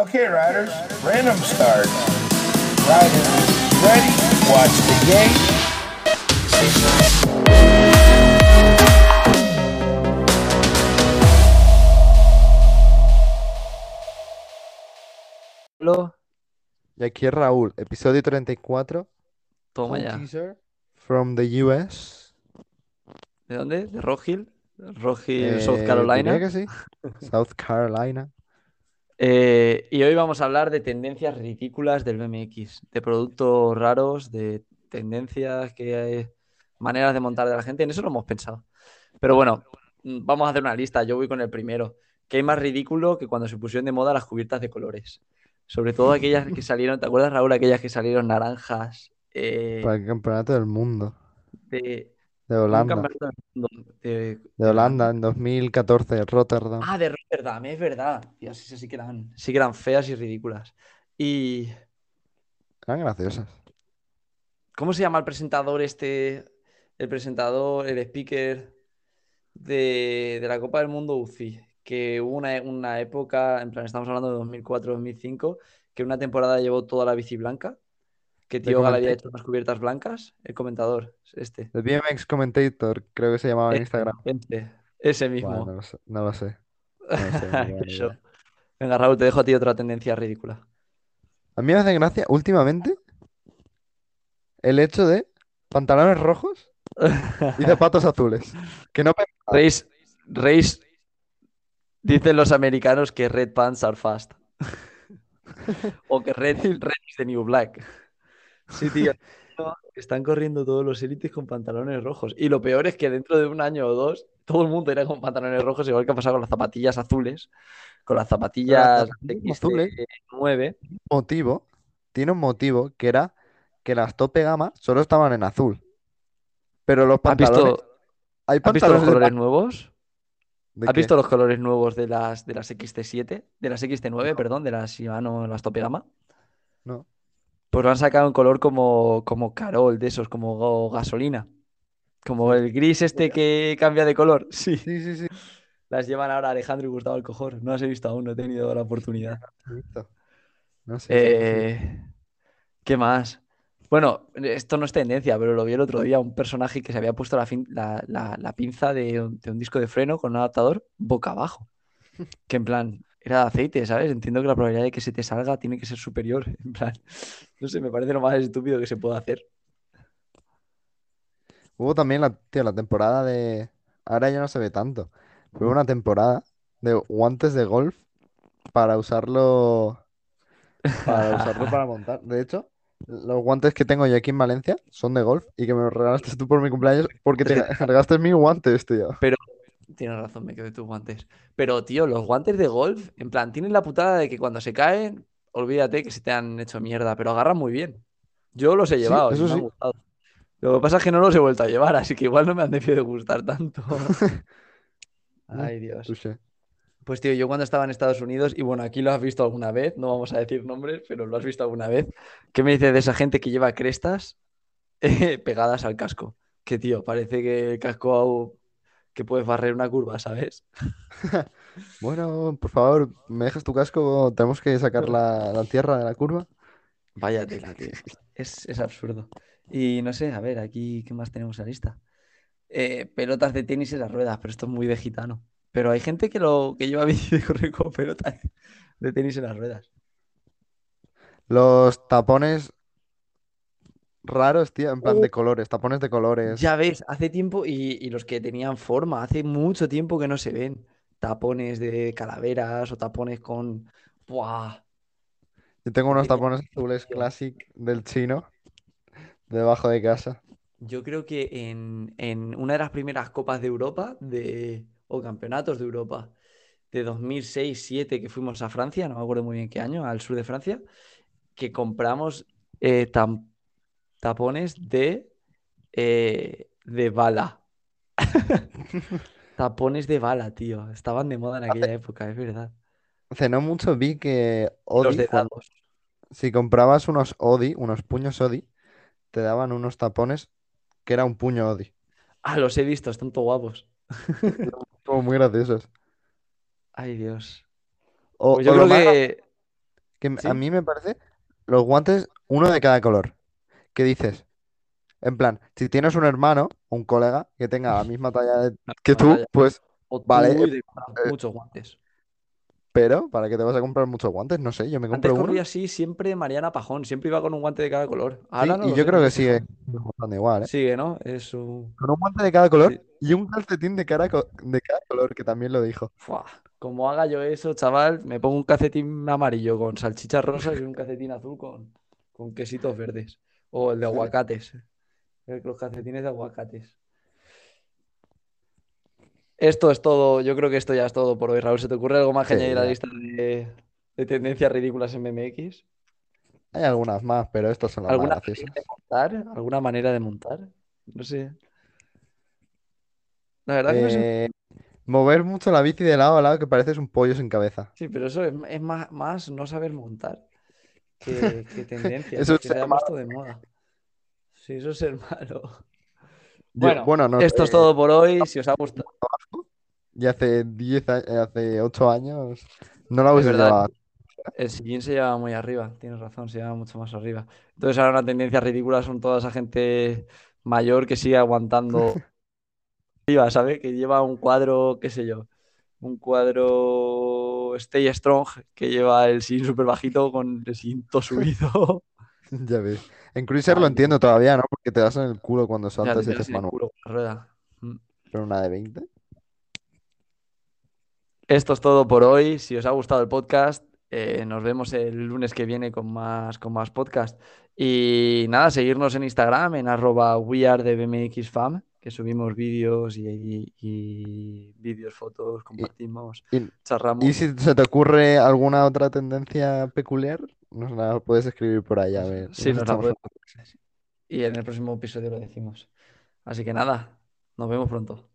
Okay, riders, random start. Riders, ready? Watch the game. Lo- Y aquí es Raúl, episodio 34, Toma full ya. teaser from the US. ¿De dónde? ¿De Rock Hill? Rock Hill, South Carolina. Diría que sí. South Carolina. Y hoy vamos a hablar de tendencias ridículas del BMX, de productos raros, de tendencias que hay, maneras de montar de la gente. En eso lo hemos pensado. Pero bueno, vamos a hacer una lista. Yo voy con el primero. ¿Qué hay más ridículo que cuando se pusieron de moda las cubiertas de colores? Sobre todo aquellas que salieron, ¿te acuerdas, Raúl? Aquellas que salieron naranjas, Para el campeonato del mundo. de De un Holanda. campeonato del mundo De de Holanda. Holanda en 2014, Rotterdam. Ah, de Rotterdam, es verdad. Dios, esas sí que eran feas y ridículas. ¿Y Eran graciosas. cómo se llama el presentador este? El presentador, el speaker de la Copa del Mundo UCI. Que hubo una época, en plan, estamos hablando de 2004-2005, que una temporada llevó toda la bici blanca. Que De Tío Gal había hecho commentator. unas cubiertas blancas. El comentador, este. De BMX Commentator, creo que se llamaba en Instagram. Ese Bueno, no mismo. lo sé. No lo sé. No lo sé, ni idea, Qué ni show. idea. Venga, Raúl, te dejo a ti otra tendencia ridícula. A mí me hace gracia últimamente el hecho de pantalones rojos y zapatos azules. Que no pensaba. Race, Race, dicen los americanos que red pants are fast. O que red is the new black. Sí, tío. No, están corriendo todos los élites con pantalones rojos. Y lo peor es que dentro de un año o dos, todo el mundo irá con pantalones rojos, igual que ha pasado con las zapatillas azules, con las Pero las zapatillas zapatillas azules XT9. motivo, tiene un motivo que era que las tope gama solo estaban en azul. Pero los ¿Has pantalones, visto, hay has visto los pantalones de colores marca. nuevos? ¿De ¿Has qué? visto los colores nuevos de las XT7? De las XT9, perdón, de las Shimano, las Tope Gama. No. Pues lo han sacado en color como Carol, de esos, como gasolina. Como Sí. el gris este que cambia de color. Sí. Sí, sí, sí. Las llevan ahora Alejandro y Gustavo Alcojor. No las he visto aún, no he tenido la Yo oportunidad. no lo he visto. No sé, son muy chulas. Eh, ¿Qué más? Bueno, esto no es tendencia, pero lo vi el otro día, un personaje que se había puesto la pinza de un disco de freno con un adaptador boca abajo. Que en plan, era de aceite, ¿sabes? Entiendo que la probabilidad de que se te salga tiene que ser superior. En plan, no sé, me parece lo más estúpido que se puede hacer. Hubo también la temporada de. Ahora ya no se ve tanto. Fue una temporada de guantes de golf para usarlo. Para usarlo para montar. De hecho, los guantes que tengo yo aquí en Valencia son de golf y que me los regalaste tú por mi cumpleaños porque Es te que regalaste mis guantes, tío. Pero tienes razón, me quedo de tus guantes. Pero, tío, los guantes de golf, en plan, tienen la putada de que cuando se caen, olvídate que se te han hecho mierda, pero agarran muy bien. Yo los he Sí, llevado y eso me han sí. gustado. Lo que pasa es que no los he vuelto a llevar, así que igual no me han debido de gustar tanto. Ay, Dios. Touché. Pues, tío, yo cuando estaba en Estados Unidos, y bueno, aquí lo has visto alguna vez, no vamos a decir nombres, pero lo has visto alguna vez. ¿Qué me dices de esa gente que lleva crestas pegadas al casco? Que, tío, parece que el casco que puedes barrer una curva, ¿sabes? Bueno, por favor, ¿me dejas tu casco? Tenemos que sacar la tierra de la curva. Vaya tela, tío. Es absurdo. Y no sé, a ver, aquí, ¿qué más tenemos en la lista? Pelotas de tenis en las ruedas, pero esto es muy de gitano. Pero hay gente que lleva bici de correr con pelotas de tenis en las ruedas. Los tapones raros, tío, en plan Oh, de colores, tapones de colores. ya ves, hace tiempo, y los que tenían forma, hace mucho tiempo que no se ven. Tapones de calaveras o tapones con. ¡Buah! Yo tengo unos Aquella- tapones azules tío. Classic del chino debajo de casa. Yo creo que en una de las primeras Copas de Europa o Campeonatos de Europa de 2006-2007 que fuimos a Francia, no me acuerdo muy bien qué año, al sur de Francia, que compramos tapones de bala. Tapones de bala, tío. Estaban de moda en Hace, aquella época, es verdad. hace no mucho vi que Y los Odi, de cuando dados. si comprabas unos Odi, unos puños Odi, te daban unos tapones que era un puño Odi. Ah, los he visto, están todo guapos. Como muy graciosos. Ay, Dios. O, Pues yo o lo creo más, que. Que a ¿Sí? mí me parece los guantes, uno de cada color. ¿Qué dices? En plan, si tienes un hermano o un colega que tenga la misma talla La que misma tú, talla. pues O vale, tú y te compras muchos guantes. pero ¿para qué te vas a comprar muchos guantes? No sé, yo me Antes compro corría uno. así siempre Mariana Pajón, siempre iba con un guante de cada color. Ahora Sí, no y lo yo sé, creo no me que he sigue fijado. montando igual, ¿eh? Sigue, ¿no? Es su... Con un guante de cada color Sí. y un calcetín de cada color, que también lo dijo. Fua. Como haga yo eso, chaval, me pongo un calcetín amarillo con salchichas rosas y un calcetín azul con quesitos verdes. O el de Sí. aguacates. Los calcetines de aguacates. Esto es todo, yo creo que esto ya es todo por hoy, Raúl. ¿Se te ocurre algo más que Sí, añadir a la ya. lista de tendencias ridículas en BMX? Hay algunas más, pero estas son las más ¿Alguna manera de graciosas. montar? ¿Alguna manera de montar? No sé. La verdad que no sé. Eh, Mover mucho la bici de lado a lado que pareces un pollo sin cabeza. Sí, pero eso es más no saber montar que tendencias. Eso Es es que ser se ha malo. puesto de moda. Sí, eso es ser malo. Yo, Bueno, bueno, no sé. esto es todo por hoy. Si os ha gustado. Y hace 10 años, hace 8 años no la Es hubiese verdad, llevado. el sillín se lleva muy arriba. Tienes razón, se lleva mucho más arriba. Entonces ahora una tendencia ridícula son toda esa gente mayor que sigue aguantando arriba, ¿sabes? Que lleva un cuadro, qué sé yo, un cuadro Stay Strong que lleva el sillín súper bajito con el sillín todo subido. Ya ves. En Cruiser lo Ay, no. entiendo todavía, ¿no? Porque te das en el culo cuando Ya te saltas y pegas haces en el manual. culo con la rueda. Mm. Pero una de 20. Esto es todo por hoy. Si os ha gustado el podcast, nos vemos el lunes que viene con más podcast. Y nada, seguirnos en Instagram en @wearebmxfam, que subimos vídeos y vídeos, fotos, Y, compartimos, y, y charramos. si se te ocurre alguna otra tendencia peculiar, nos la puedes escribir por ahí, a ver. Sí, Nos nos la echamos podemos. una. Y en el próximo episodio lo decimos. Así que nada, nos vemos pronto.